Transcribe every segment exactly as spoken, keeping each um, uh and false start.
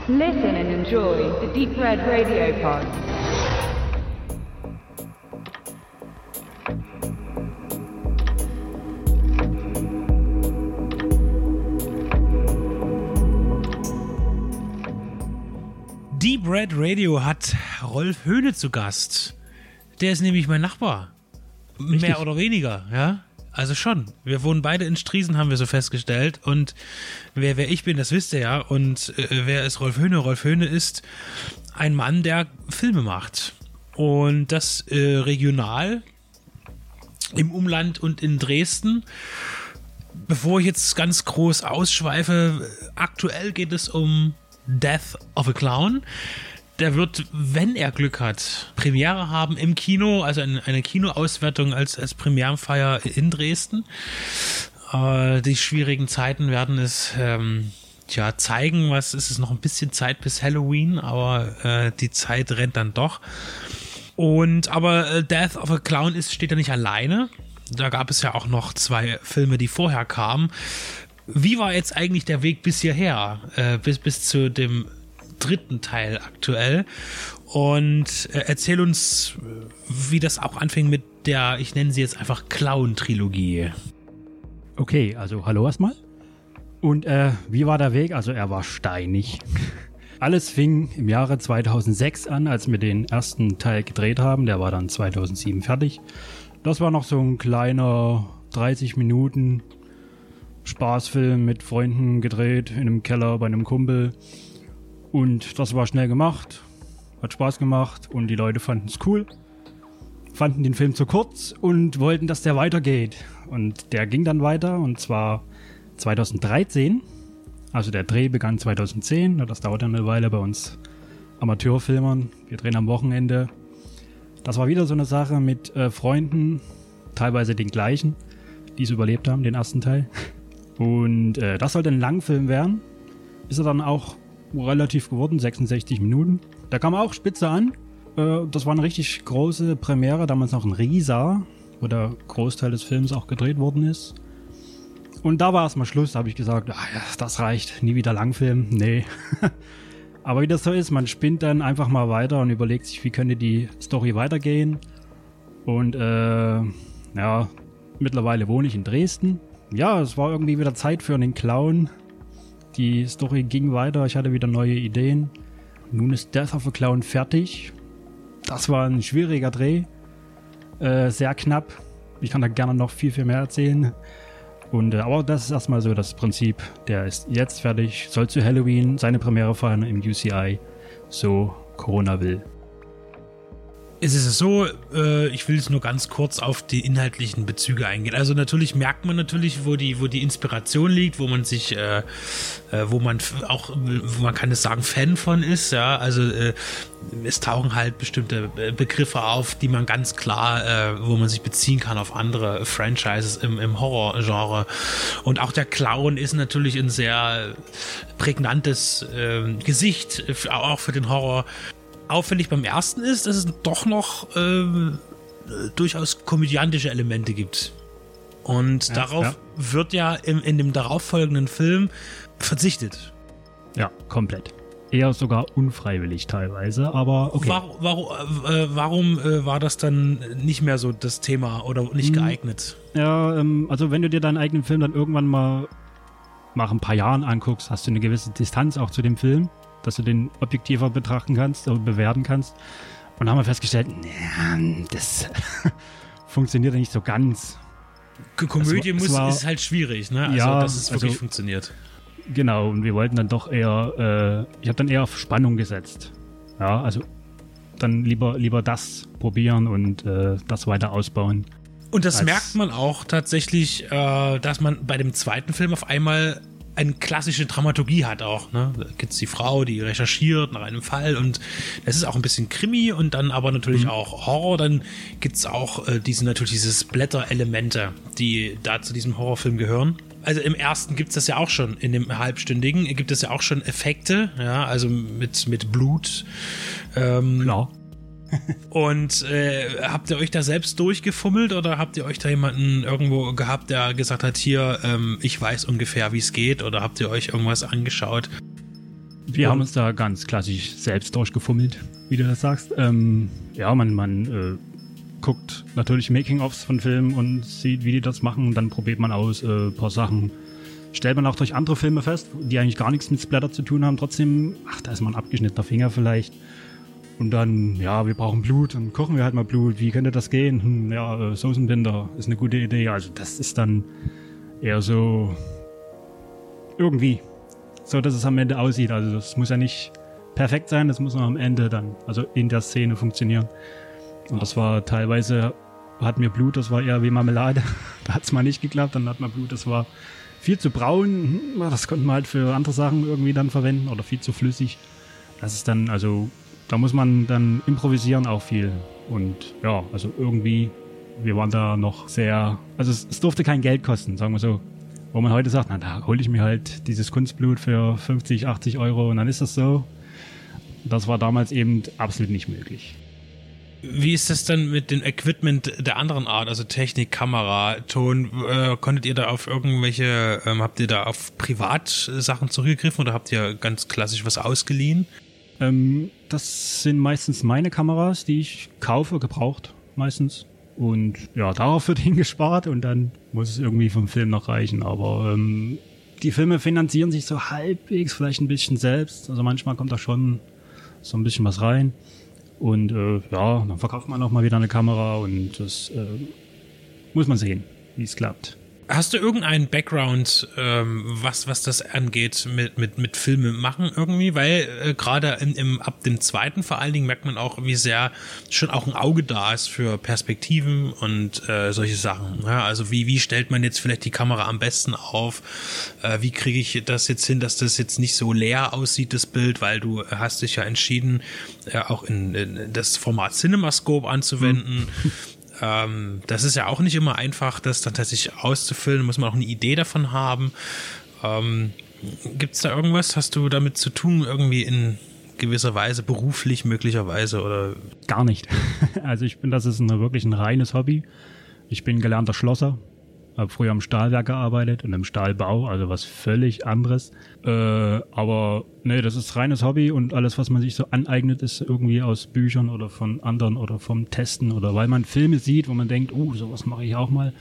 Listen and enjoy the Deep Red Radio Pod. Deep Red Radio hat Rolf Höhne zu Gast. Der ist nämlich mein Nachbar. Richtig. Mehr oder weniger, ja. Also schon. Wir wohnen beide in Striesen, haben wir so festgestellt. Und wer, wer ich bin, das wisst ihr ja. Und äh, wer ist Rolf Höhne? Rolf Höhne ist ein Mann, der Filme macht. Und das äh, regional im Umland und in Dresden. Bevor ich jetzt ganz groß ausschweife, aktuell geht es um Death of a Clown. Der wird, wenn er Glück hat, Premiere haben im Kino, also eine, eine Kinoauswertung als, als Premierenfeier in Dresden. Äh, die schwierigen Zeiten werden es ähm, tja, zeigen, was ist es noch ein bisschen Zeit bis Halloween, aber äh, die Zeit rennt dann doch. Und aber äh, Death of a Clown ist, steht ja nicht alleine. Da gab es ja auch noch zwei Filme, die vorher kamen. Wie war jetzt eigentlich der Weg bis hierher, äh, bis, bis zu dem dritten Teil aktuell? Und äh, erzähl uns, wie das auch anfing mit der, ich nenne sie jetzt einfach Clown-Trilogie. Okay, also hallo erstmal. Und äh, wie war der Weg? Also er war steinig. Alles fing im Jahre zweitausendsechs an, als wir den ersten Teil gedreht haben. Der war dann zweitausendsieben fertig. Das war noch so ein kleiner dreißig Minuten Spaßfilm mit Freunden gedreht, in einem Keller bei einem Kumpel. Und das war schnell gemacht, hat Spaß gemacht und die Leute fanden es cool, fanden den Film zu kurz und wollten, dass der weitergeht. Und der ging dann weiter, und zwar zweitausenddreizehn. Also der Dreh begann zweitausendzehn, das dauert dann eine Weile bei uns Amateurfilmern. Wir drehen am Wochenende. Das war wieder so eine Sache mit äh, Freunden, teilweise den gleichen, die es überlebt haben, den ersten Teil. Und äh, das sollte ein Langfilm werden. Ist er dann auch relativ geworden, sechsundsechzig Minuten. Da kam auch spitze an. Äh, das war eine richtig große Premiere, damals noch in Riesa, wo der Großteil des Films auch gedreht worden ist. Und da war erstmal Schluss, da habe ich gesagt, ach ja, das reicht, nie wieder Langfilm, nee. Aber wie das so ist, man spinnt dann einfach mal weiter und überlegt sich, wie könnte die Story weitergehen. Und äh, ja, mittlerweile wohne ich in Dresden. Ja, es war irgendwie wieder Zeit für einen Clown. Die Story ging weiter, ich hatte wieder neue Ideen. Nun ist Death of a Clown fertig. Das war ein schwieriger Dreh. Äh, sehr knapp. Ich kann da gerne noch viel, viel mehr erzählen. Und, äh, aber das ist erstmal so das Prinzip. Der ist jetzt fertig, soll zu Halloween seine Premiere feiern im U C I, so Corona will. Es ist so, äh, ich will jetzt nur ganz kurz auf die inhaltlichen Bezüge eingehen. Also natürlich merkt man natürlich, wo die, wo die Inspiration liegt, wo man sich, äh, äh, wo man auch, wo man kann es sagen, Fan von ist. Ja, also äh, es tauchen halt bestimmte Begriffe auf, die man ganz klar, äh, wo man sich beziehen kann auf andere Franchises im, im Horrorgenre. Und auch der Clown ist natürlich ein sehr prägnantes äh, Gesicht, auch für den Horror. Auffällig beim ersten ist, dass es doch noch äh, durchaus komödiantische Elemente gibt. Und ja, darauf ja. wird ja im, in dem darauffolgenden Film verzichtet. Ja, komplett. Eher sogar unfreiwillig teilweise, aber okay. War, warum, äh, warum äh, war das dann nicht mehr so das Thema oder nicht geeignet? Ja, ähm, also wenn du dir deinen eigenen Film dann irgendwann mal nach ein paar Jahren anguckst, hast du eine gewisse Distanz auch zu dem Film, dass du den objektiver betrachten kannst oder bewerten kannst. Und da haben wir festgestellt, nee, das funktioniert ja nicht so ganz. Komödie muss, war, ist halt schwierig, ne? Also, ja, dass es wirklich also, funktioniert. Genau, und wir wollten dann doch eher, äh, ich habe dann eher auf Spannung gesetzt. Ja, also dann lieber, lieber das probieren und äh, das weiter ausbauen. Und das merkt man auch tatsächlich, äh, dass man bei dem zweiten Film auf einmal eine klassische Dramaturgie hat auch, ne? Da gibt's die Frau, die recherchiert nach einem Fall und es ist auch ein bisschen Krimi und dann aber natürlich mhm. auch Horror. Dann gibt's auch äh, diese natürlich diese Splatter-Elemente, die da zu diesem Horrorfilm gehören. Also im ersten gibt's das ja auch schon, in dem halbstündigen gibt es ja auch schon Effekte, ja, also mit, mit Blut. Ähm, Klar. Und äh, habt ihr euch da selbst durchgefummelt oder habt ihr euch da jemanden irgendwo gehabt, der gesagt hat, hier, ähm, ich weiß ungefähr, wie es geht, oder habt ihr euch irgendwas angeschaut? Wir haben uns da ganz klassisch selbst durchgefummelt, wie du das sagst. Ähm, ja, man, man äh, guckt natürlich Making-ofs von Filmen und sieht, wie die das machen. Dann probiert man aus äh, ein paar Sachen. Stellt man auch durch andere Filme fest, die eigentlich gar nichts mit Splatter zu tun haben. Trotzdem, ach, da ist mal ein abgeschnittener Finger vielleicht. Und dann, ja, wir brauchen Blut, dann kochen wir halt mal Blut. Wie könnte das gehen? Hm, ja, äh, Soßenbinder ist eine gute Idee. Also das ist dann eher so irgendwie so, dass es am Ende aussieht. Also das muss ja nicht perfekt sein, das muss nur am Ende dann, also in der Szene funktionieren. Und das war teilweise, hatten wir Blut, das war eher wie Marmelade. Da hat es mal nicht geklappt, dann hat man Blut, das war viel zu braun. Das konnte man halt für andere Sachen irgendwie dann verwenden oder viel zu flüssig. Das ist dann, also da muss man dann improvisieren auch viel. Und ja, also irgendwie, wir waren da noch sehr, also es, es durfte kein Geld kosten, sagen wir so. Wo man heute sagt, na, da hole ich mir halt dieses Kunstblut für fünfzig, achtzig Euro und dann ist das so. Das war damals eben absolut nicht möglich. Wie ist das dann mit dem Equipment der anderen Art, also Technik, Kamera, Ton? Äh, konntet ihr da auf irgendwelche, ähm, habt ihr da auf Privatsachen zurückgegriffen oder habt ihr ganz klassisch was ausgeliehen? Ähm, das sind meistens meine Kameras, die ich kaufe, gebraucht meistens. Und ja, darauf wird hingespart und dann muss es irgendwie vom Film noch reichen. Aber ähm, die Filme finanzieren sich so halbwegs, vielleicht ein bisschen selbst. Also manchmal kommt da schon so ein bisschen was rein. Und äh, ja, dann verkauft man auch mal wieder eine Kamera und das äh, muss man sehen, wie es klappt. Hast du irgendeinen Background, ähm, was was das angeht mit mit mit Filme machen irgendwie? Weil äh, gerade im, im ab dem zweiten vor allen Dingen merkt man auch, wie sehr schon auch ein Auge da ist für Perspektiven und äh, solche Sachen. Ja, also wie wie stellt man jetzt vielleicht die Kamera am besten auf? Äh, wie kriege ich das jetzt hin, dass das jetzt nicht so leer aussieht, das Bild, weil du hast dich ja entschieden, äh, auch in, in das Format CinemaScope anzuwenden. Hm. Ähm, das ist ja auch nicht immer einfach, das dann tatsächlich auszufüllen. Muss man auch eine Idee davon haben. Ähm, gibt es da irgendwas? Hast du damit zu tun, irgendwie in gewisser Weise, beruflich möglicherweise? Oder? Gar nicht. Also ich bin, das ist eine, wirklich ein reines Hobby. Ich bin gelernter Schlosser. Habe früher am Stahlwerk gearbeitet und im Stahlbau, also was völlig anderes. Äh, aber nee, das ist reines Hobby und alles, was man sich so aneignet, ist irgendwie aus Büchern oder von anderen oder vom Testen oder weil man Filme sieht, wo man denkt, oh, sowas mache ich auch mal.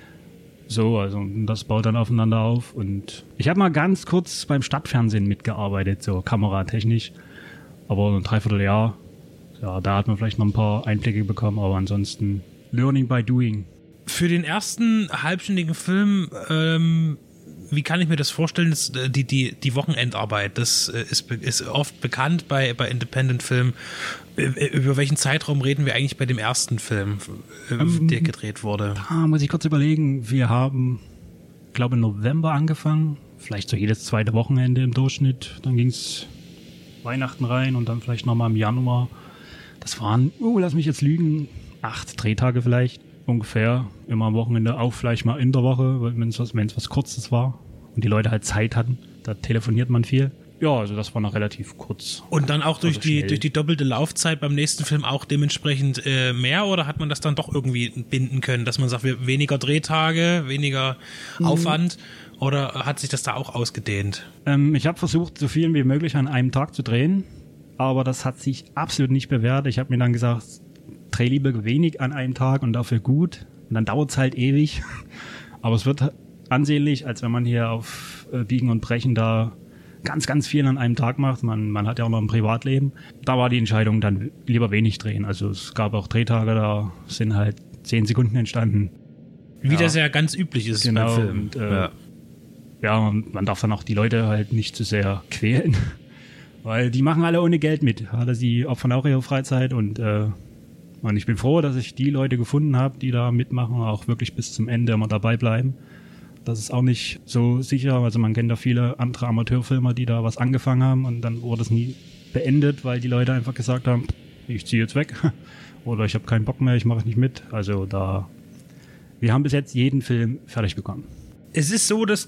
So, also das baut dann aufeinander auf. Und ich habe mal ganz kurz beim Stadtfernsehen mitgearbeitet, so kameratechnisch. Aber ein Dreivierteljahr, ja, da hat man vielleicht noch ein paar Einblicke bekommen, aber ansonsten learning by doing. Für den ersten halbstündigen Film, ähm, wie kann ich mir das vorstellen, das, die, die, die Wochenendarbeit, das ist, ist oft bekannt bei, bei Independent-Filmen. Über welchen Zeitraum reden wir eigentlich bei dem ersten Film, ähm, der gedreht wurde? Da muss ich kurz überlegen. Wir haben, glaube im November angefangen, vielleicht so jedes zweite Wochenende im Durchschnitt. Dann ging es Weihnachten rein und dann vielleicht nochmal im Januar. Das waren, oh, lass mich jetzt lügen, acht Drehtage vielleicht. Ungefähr, immer am Wochenende, auch vielleicht mal in der Woche, wenn es was, was Kurzes war und die Leute halt Zeit hatten, da telefoniert man viel. Ja, also das war noch relativ kurz. Und dann auch durch die, durch die doppelte Laufzeit beim nächsten Film auch dementsprechend äh, mehr oder hat man das dann doch irgendwie binden können, dass man sagt, wir, weniger Drehtage, weniger mhm. Aufwand oder hat sich das da auch ausgedehnt? Ähm, ich habe versucht, so viel wie möglich an einem Tag zu drehen, aber das hat sich absolut nicht bewährt. Ich habe mir dann gesagt, dreh lieber wenig an einem Tag und dafür gut. Und dann dauert es halt ewig. Aber es wird ansehnlich, als wenn man hier auf äh, Biegen und Brechen da ganz, ganz viel an einem Tag macht. Man, man hat ja auch noch ein Privatleben. Da war die Entscheidung dann lieber wenig drehen. Also es gab auch Drehtage, da sind halt zehn Sekunden entstanden. Wie ja. das ja ganz üblich ist genau, beim Film. Und, äh, ja, ja man, man darf dann auch die Leute halt nicht zu sehr quälen. Weil die machen alle ohne Geld mit. Alle sie opfern auch ihre Freizeit und äh, Und ich bin froh, dass ich die Leute gefunden habe, die da mitmachen, auch wirklich bis zum Ende immer dabei bleiben. Das ist auch nicht so sicher. Also man kennt da viele andere Amateurfilmer, die da was angefangen haben und dann wurde es nie beendet, weil die Leute einfach gesagt haben, ich ziehe jetzt weg oder ich habe keinen Bock mehr, ich mache nicht mit. Also da, wir haben bis jetzt jeden Film fertig bekommen. Es ist so, dass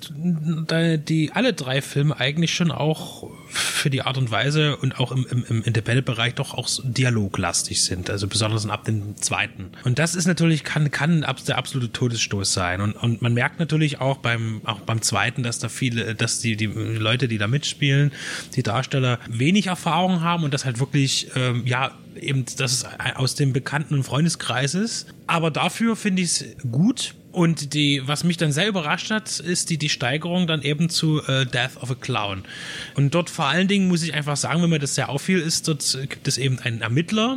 die alle drei Filme eigentlich schon auch für die Art und Weise und auch im, im, im Independent-Bereich doch auch dialoglastig sind, also besonders ab dem zweiten. Und das ist natürlich, kann, kann der absolute Todesstoß sein. Und, und man merkt natürlich auch beim, auch beim zweiten, dass da viele, dass die, die Leute, die da mitspielen, die Darsteller wenig Erfahrung haben und das halt wirklich, ähm, ja, eben, das ist aus dem Bekannten- und Freundeskreis ist. Aber dafür finde ich es gut. Und die, was mich dann sehr überrascht hat, ist die, die Steigerung dann eben zu äh, Death of a Clown. Und dort vor allen Dingen muss ich einfach sagen, wenn mir das sehr auffiel, ist, dort gibt es eben einen Ermittler,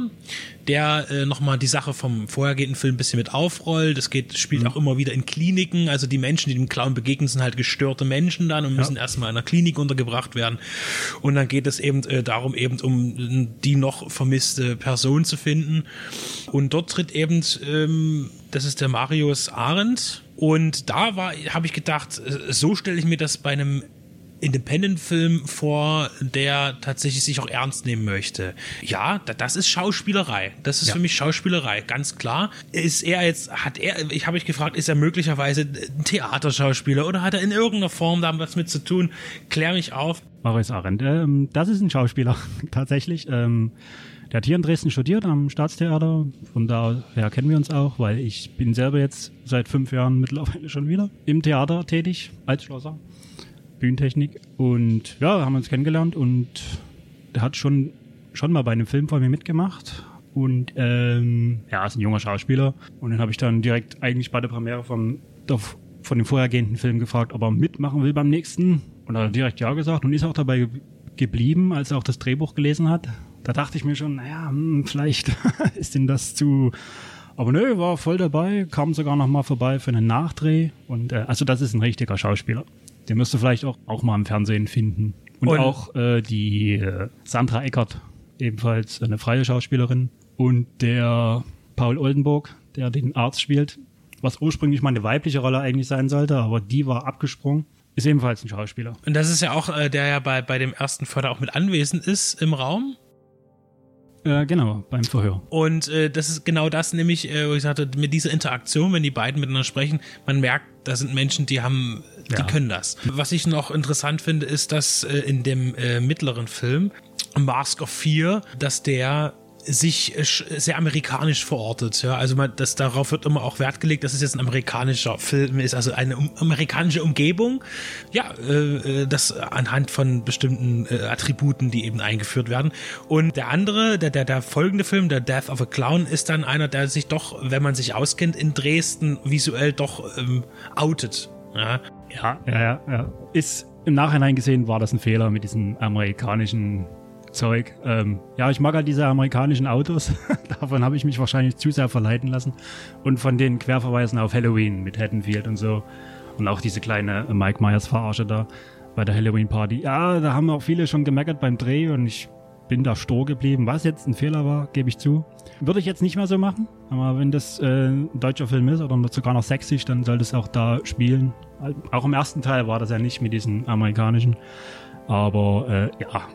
der äh, nochmal die Sache vom vorhergehenden Film ein bisschen mit aufrollt. Es geht, spielt mhm. auch immer wieder in Kliniken. Also die Menschen, die dem Clown begegnen, sind halt gestörte Menschen dann und müssen ja. erstmal in einer Klinik untergebracht werden. Und dann geht es eben äh, darum, eben um die noch vermisste Person zu finden. Und dort tritt eben, ähm, das ist der Marius Arendt. Und da war, habe ich gedacht, so stelle ich mir das bei einem Independent-Film vor, der tatsächlich sich auch ernst nehmen möchte. Ja, das ist Schauspielerei. Das ist ja. für mich Schauspielerei, ganz klar. Ist er jetzt, hat er, ich habe mich gefragt, ist er möglicherweise ein Theaterschauspieler oder hat er in irgendeiner Form da was mit zu tun? Klär mich auf. Marius Arendt, ähm, das ist ein Schauspieler, tatsächlich. Ähm, der hat hier in Dresden studiert, am Staatstheater. Von daher kennen wir uns auch, weil ich bin selber jetzt seit fünf Jahren mittlerweile schon wieder im Theater tätig, als Schlosser. Bühnentechnik. Und ja, haben uns kennengelernt und der hat schon, schon mal bei einem Film von mir mitgemacht. Und ähm, ja, ist ein junger Schauspieler. Und den habe ich dann direkt eigentlich bei der Premiere vom, von dem vorhergehenden Film gefragt, ob er mitmachen will beim nächsten. Und er hat direkt ja gesagt und ist auch dabei ge- geblieben, als er auch das Drehbuch gelesen hat. Da dachte ich mir schon, naja, hm, vielleicht ist ihm das zu... Aber nö, war voll dabei, kam sogar noch mal vorbei für einen Nachdreh. Und äh, also das ist ein richtiger Schauspieler. Den müsst ihr vielleicht auch, auch mal im Fernsehen finden. Und, und auch äh, die äh, Sandra Eckert, ebenfalls eine freie Schauspielerin. Und der Paul Oldenburg, der den Arzt spielt, was ursprünglich mal eine weibliche Rolle eigentlich sein sollte, aber die war abgesprungen, ist ebenfalls ein Schauspieler. Und das ist ja auch, äh, der ja bei, bei dem ersten Förder auch mit anwesend ist im Raum. Äh, genau, beim Verhör. Und äh, das ist genau das, nämlich, äh, wo ich sagte, mit dieser Interaktion, wenn die beiden miteinander sprechen, man merkt, da sind Menschen, die haben, die ja. können das. Was ich noch interessant finde, ist, dass äh, in dem äh, mittleren Film Mask of Fear, dass der sich sehr amerikanisch verortet. Ja? Also man, das, darauf wird immer auch Wert gelegt, dass es jetzt ein amerikanischer Film ist, also eine um, amerikanische Umgebung. Ja, äh, das anhand von bestimmten äh, Attributen, die eben eingeführt werden. Und der andere, der, der, der folgende Film, der Death of a Clown, ist dann einer, der sich doch, wenn man sich auskennt, in Dresden visuell doch ähm, outet. Ja? Ja, ja, ja, ja. Ist im Nachhinein gesehen, war das ein Fehler mit diesem amerikanischen Zeug. Ähm, ja, ich mag halt diese amerikanischen Autos. Davon habe ich mich wahrscheinlich zu sehr verleiten lassen. Und von den Querverweisen auf Halloween mit Haddonfield und so. Und auch diese kleine Mike Myers-Verarsche da bei der Halloween-Party. Ja, da haben auch viele schon gemeckert beim Dreh und ich bin da stur geblieben. Was jetzt ein Fehler war, gebe ich zu. Würde ich jetzt nicht mehr so machen. Aber wenn das äh, ein deutscher Film ist oder sogar noch sächsisch, dann sollte es auch da spielen. Auch im ersten Teil war das ja nicht mit diesen amerikanischen. Aber äh, ja,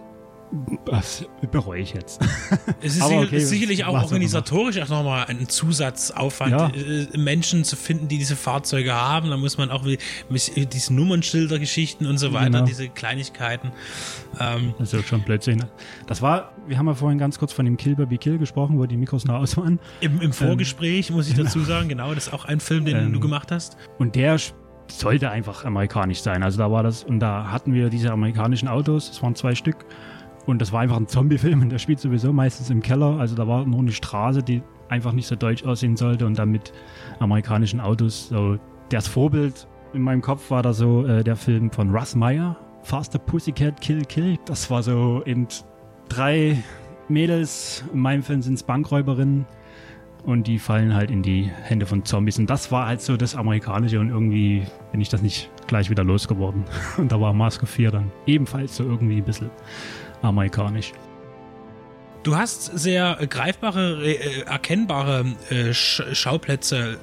das bereue ich jetzt. Es ist, sicher, okay, ist sicherlich auch organisatorisch auch nochmal ein Zusatzaufwand, ja. Menschen zu finden, die diese Fahrzeuge haben. Da muss man auch wie, diese Nummernschildergeschichten und so weiter, genau. Diese Kleinigkeiten. Ähm, das ist schon Blödsinn. Das war, wir haben ja vorhin ganz kurz von dem Kill Baby Kill gesprochen, wo die Mikros nah aus waren. Im, im Vorgespräch, ähm, muss ich dazu sagen, genau, das ist auch ein Film, den ähm, du gemacht hast. Und der sollte einfach amerikanisch sein. Also da war das, und da hatten wir diese amerikanischen Autos, das waren zwei Stück. Und das war einfach ein Zombie-Film und der spielt sowieso meistens im Keller. Also da war nur eine Straße, die einfach nicht so deutsch aussehen sollte und dann mit amerikanischen Autos. So, das Vorbild in meinem Kopf war da so äh, der Film von Russ Meyer, Faster Pussycat Kill Kill. Das war so eben drei Mädels, in meinem Film sind es Bankräuberinnen und die fallen halt in die Hände von Zombies. Und das war halt so das Amerikanische und irgendwie bin ich das nicht gleich wieder losgeworden. Und da war Mask of Fear dann ebenfalls so irgendwie ein bisschen amerikanisch. Du hast sehr greifbare, äh, erkennbare äh, Sch- Schauplätze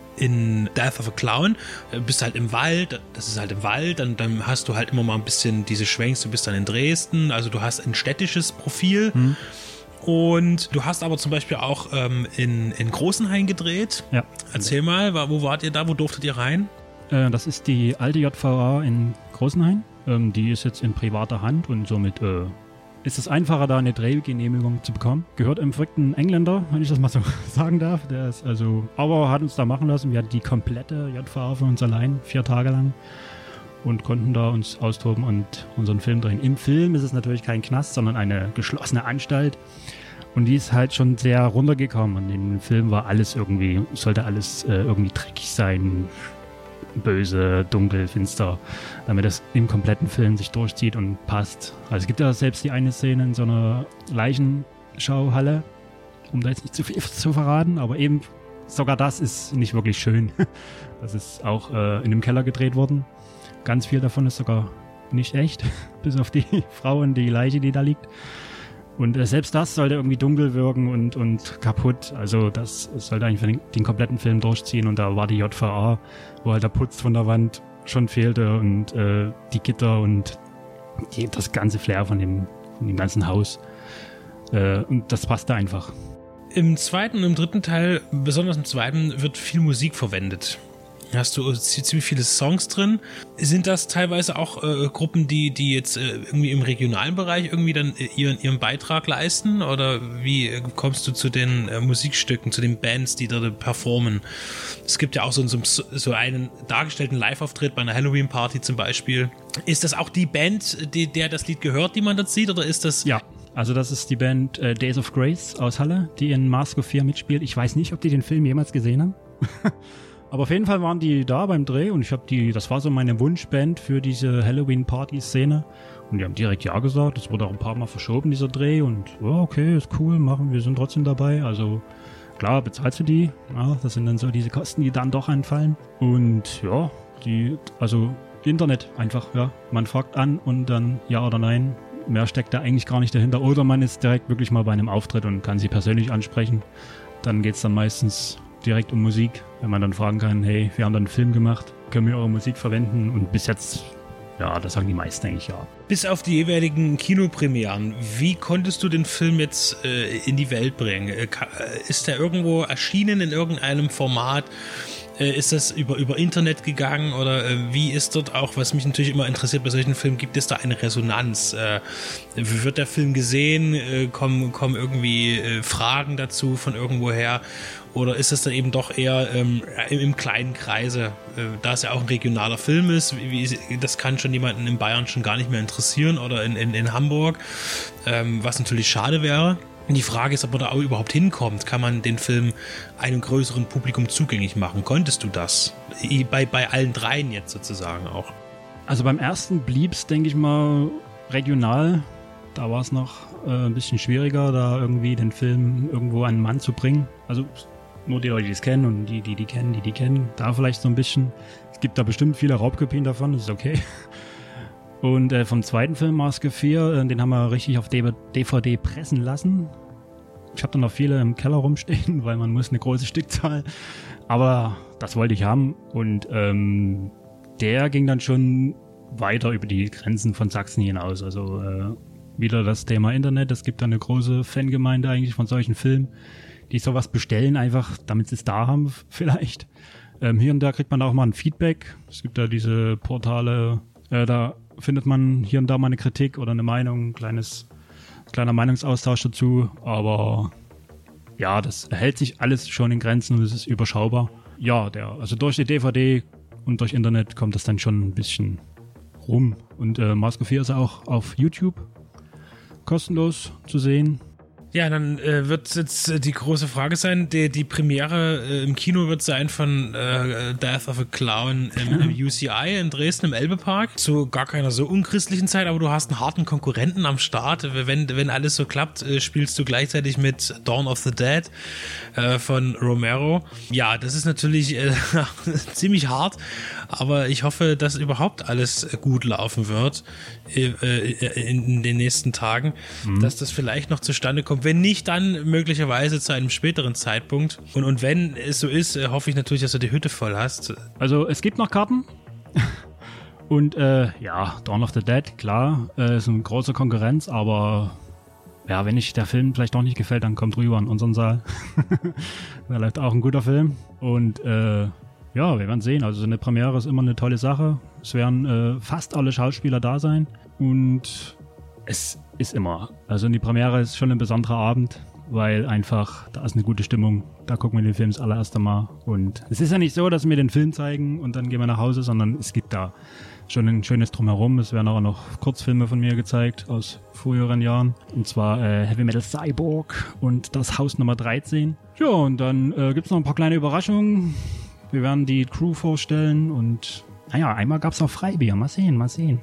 in Death of a Clown. Du bist halt im Wald, das ist halt im Wald, dann, dann hast du halt immer mal ein bisschen diese Schwenks, du bist dann in Dresden, also du hast ein städtisches Profil. Hm. Und du hast aber zum Beispiel auch ähm, in, in Großenhain gedreht. Ja. Erzähl mal, wo wart ihr da, wo durftet ihr rein? Äh, das ist die alte J V A in Großenhain. Ähm, die ist jetzt in privater Hand und somit äh, ist es einfacher, da eine Drehgenehmigung zu bekommen. Gehört im verrückten Engländer, wenn ich das mal so sagen darf. Der ist also, aber hat uns da machen lassen. Wir hatten die komplette J V A für uns allein, vier Tage lang. Und konnten da uns austoben und unseren Film drehen. Im Film ist es natürlich kein Knast, sondern eine geschlossene Anstalt. Und die ist halt schon sehr runtergekommen. Und im Film war alles irgendwie, sollte alles äh, irgendwie dreckig sein, böse, dunkel, finster, damit das im kompletten Film sich durchzieht und passt. Also es gibt ja selbst die eine Szene in so einer Leichenschauhalle, um da jetzt nicht zu viel zu verraten, aber eben sogar das ist nicht wirklich schön. Das ist auch äh, in einem Keller gedreht worden. Ganz viel davon ist sogar nicht echt, bis auf die Frau und die Leiche, die da liegt. Und äh, selbst das sollte irgendwie dunkel wirken und, und kaputt. Also das sollte eigentlich den, den kompletten Film durchziehen. Und da war die J V A, wo halt der Putz von der Wand schon fehlte und äh, die Gitter und die, das ganze Flair von dem, von dem ganzen Haus. Äh, und das passte einfach. Im zweiten und im dritten Teil, besonders im zweiten, wird viel Musik verwendet. Hast du ziemlich viele Songs drin. Sind das teilweise auch äh, Gruppen, die, die jetzt äh, irgendwie im regionalen Bereich irgendwie dann ihren, ihren Beitrag leisten? Oder wie äh, kommst du zu den äh, Musikstücken, zu den Bands, die da performen? Es gibt ja auch so, so, so einen dargestellten Live-Auftritt bei einer Halloween-Party zum Beispiel. Ist das auch die Band, die, der das Lied gehört, die man da sieht? Oder ist das... Ja, also das ist die Band äh, Days of Grace aus Halle, die in Mask of Fear mitspielt. Ich weiß nicht, ob die den Film jemals gesehen haben. Aber auf jeden Fall waren die da beim Dreh und ich habe die, das war so meine Wunschband für diese Halloween-Party-Szene und die haben direkt ja gesagt, das wurde auch ein paar Mal verschoben, dieser Dreh und ja, okay, ist cool, machen, wir sind trotzdem dabei, also klar, bezahlst du die, ja, das sind dann so diese Kosten, die dann doch anfallen und ja, die, also Internet einfach, ja, man fragt an und dann ja oder nein, mehr steckt da eigentlich gar nicht dahinter oder man ist direkt wirklich mal bei einem Auftritt und kann sie persönlich ansprechen, dann geht's dann meistens direkt um Musik, wenn man dann fragen kann, hey, wir haben dann einen Film gemacht, können wir eure Musik verwenden? Und bis jetzt, ja, das sagen die meisten eigentlich ja. Bis auf die jeweiligen Kinopremieren, wie konntest du den Film jetzt äh, in die Welt bringen? Äh, ist der irgendwo erschienen in irgendeinem Format? Äh, ist das über, über Internet gegangen? Oder äh, wie ist dort auch, was mich natürlich immer interessiert bei solchen Filmen, gibt es da eine Resonanz? Äh, wird der Film gesehen? Äh, kommen, kommen irgendwie äh, Fragen dazu von irgendwoher? Oder ist es dann eben doch eher ähm, im, im kleinen Kreise, äh, da es ja auch ein regionaler Film ist, wie, wie, das kann schon jemanden in Bayern schon gar nicht mehr interessieren oder in, in, in Hamburg, ähm, was natürlich schade wäre. Die Frage ist, ob man da auch überhaupt hinkommt. Kann man den Film einem größeren Publikum zugänglich machen? Konntest du das? Bei, bei allen dreien jetzt sozusagen auch. Also beim ersten blieb es, denke ich mal, regional. Da war es noch äh, ein bisschen schwieriger, da irgendwie den Film irgendwo an den Mann zu bringen. Also nur die Leute, die es kennen und die, die die kennen, die die kennen, da vielleicht so ein bisschen. Es gibt da bestimmt viele Raubkopien davon, das ist okay. Und äh, vom zweiten Film, Mask of Fear, äh, den haben wir richtig auf D V D pressen lassen. Ich habe dann noch viele im Keller rumstehen, weil man muss eine große Stückzahl. Aber das wollte ich haben. Und ähm, der ging dann schon weiter über die Grenzen von Sachsen hinaus. Also äh, wieder das Thema Internet. Es gibt da eine große Fangemeinde eigentlich von solchen Filmen, die sowas bestellen, einfach damit sie es da haben vielleicht. Ähm, hier und da kriegt man auch mal ein Feedback. Es gibt da diese Portale, äh, da findet man hier und da mal eine Kritik oder eine Meinung, ein kleines, kleiner Meinungsaustausch dazu. Aber ja, das hält sich alles schon in Grenzen und es ist überschaubar. Ja, der, also durch die D V D und durch Internet kommt das dann schon ein bisschen rum. Und äh, Mask of Fear ist auch auf YouTube kostenlos zu sehen. Ja, dann äh, wird jetzt äh, die große Frage sein, die, die Premiere äh, im Kino wird sein von äh, Death of a Clown im, im U C I in Dresden im Elbe-Park. Zu gar keiner so unchristlichen Zeit, aber du hast einen harten Konkurrenten am Start. Wenn, wenn alles so klappt, äh, spielst du gleichzeitig mit Dawn of the Dead äh, von Romero. Ja, das ist natürlich äh, ziemlich hart, aber ich hoffe, dass überhaupt alles gut laufen wird äh, in, in den nächsten Tagen, mhm. dass das vielleicht noch zustande kommt. Wenn nicht, dann möglicherweise zu einem späteren Zeitpunkt. Und, und wenn es so ist, äh, hoffe ich natürlich, dass du die Hütte voll hast. Also es gibt noch Karten. Und äh, ja, Dawn of the Dead, klar, äh, ist eine große Konkurrenz, aber ja, wenn euch der Film vielleicht doch nicht gefällt, dann kommt rüber in unseren Saal. Da läuft auch ein guter Film. Und äh, Ja, wir werden sehen. Also so eine Premiere ist immer eine tolle Sache. Es werden äh, fast alle Schauspieler da sein und es ist immer. Also die Premiere ist schon ein besonderer Abend, weil einfach, da ist eine gute Stimmung. Da gucken wir den Film das allererste Mal. Und es ist ja nicht so, dass wir den Film zeigen und dann gehen wir nach Hause, sondern es gibt da schon ein schönes Drumherum. Es werden auch noch Kurzfilme von mir gezeigt aus früheren Jahren. Und zwar äh, Heavy Metal Cyborg und das Haus Nummer dreizehn. Ja, und dann äh, gibt es noch ein paar kleine Überraschungen. Wir werden die Crew vorstellen und naja, einmal gab es auch Freibier. Mal sehen, mal sehen.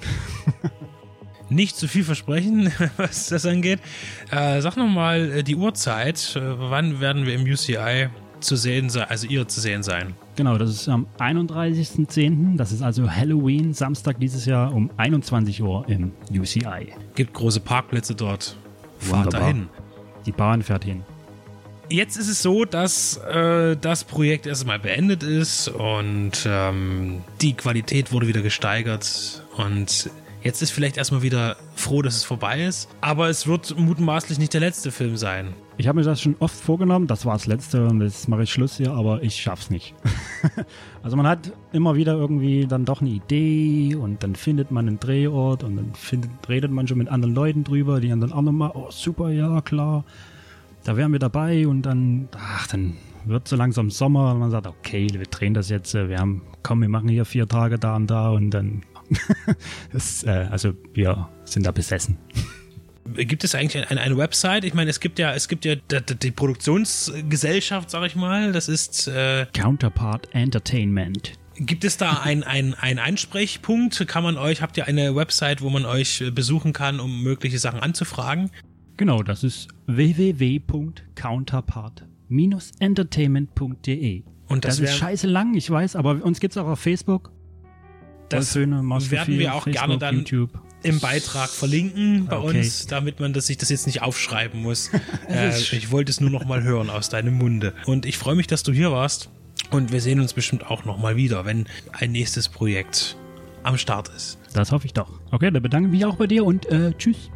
Nicht zu viel versprechen, was das angeht. Äh, sag nochmal äh, die Uhrzeit. Äh, wann werden wir im U C I zu sehen sein, also ihr zu sehen sein? Genau, das ist am einunddreißigsten zehnten Das ist also Halloween, Samstag dieses Jahr um einundzwanzig Uhr im U C I. Gibt große Parkplätze dort. Fahrt dahin. Die Bahn fährt hin. Jetzt ist es so, dass äh, das Projekt erstmal beendet ist und ähm, die Qualität wurde wieder gesteigert und jetzt ist vielleicht erstmal wieder froh, dass es vorbei ist, aber es wird mutmaßlich nicht der letzte Film sein. Ich habe mir das schon oft vorgenommen, das war das letzte und jetzt mache ich Schluss hier, aber ich schaff's nicht. Also man hat immer wieder irgendwie dann doch eine Idee und dann findet man einen Drehort und dann findet, redet man schon mit anderen Leuten drüber, die dann auch nochmal, oh super, ja klar, da wären wir dabei und dann, ach, dann wird so langsam Sommer und man sagt, okay, wir drehen das jetzt, wir haben, komm, wir machen hier vier Tage da und da und dann, das, äh, also wir sind da besessen. Gibt es eigentlich eine, eine Website? Ich meine, es gibt ja, es gibt ja die, die Produktionsgesellschaft, sag ich mal, das ist äh, Counterpart Entertainment. Gibt es da einen ein Einsprechpunkt? Kann man euch, habt ihr eine Website, wo man euch besuchen kann, um mögliche Sachen anzufragen? Genau, das ist w w w punkt counterpart entertainment punkt d e. Und das, das ist scheiße lang, ich weiß, aber uns gibt es auch auf Facebook. Das Schöne, werden wir auch Facebook, gerne dann YouTube. Im Beitrag verlinken bei okay. uns, damit man das, sich das jetzt nicht aufschreiben muss. äh, ich wollte es nur noch mal hören aus deinem Munde. Und ich freue mich, dass du hier warst. Und wir sehen uns bestimmt auch noch mal wieder, wenn ein nächstes Projekt am Start ist. Das hoffe ich doch. Okay, dann bedanke ich mich auch bei dir und äh, tschüss.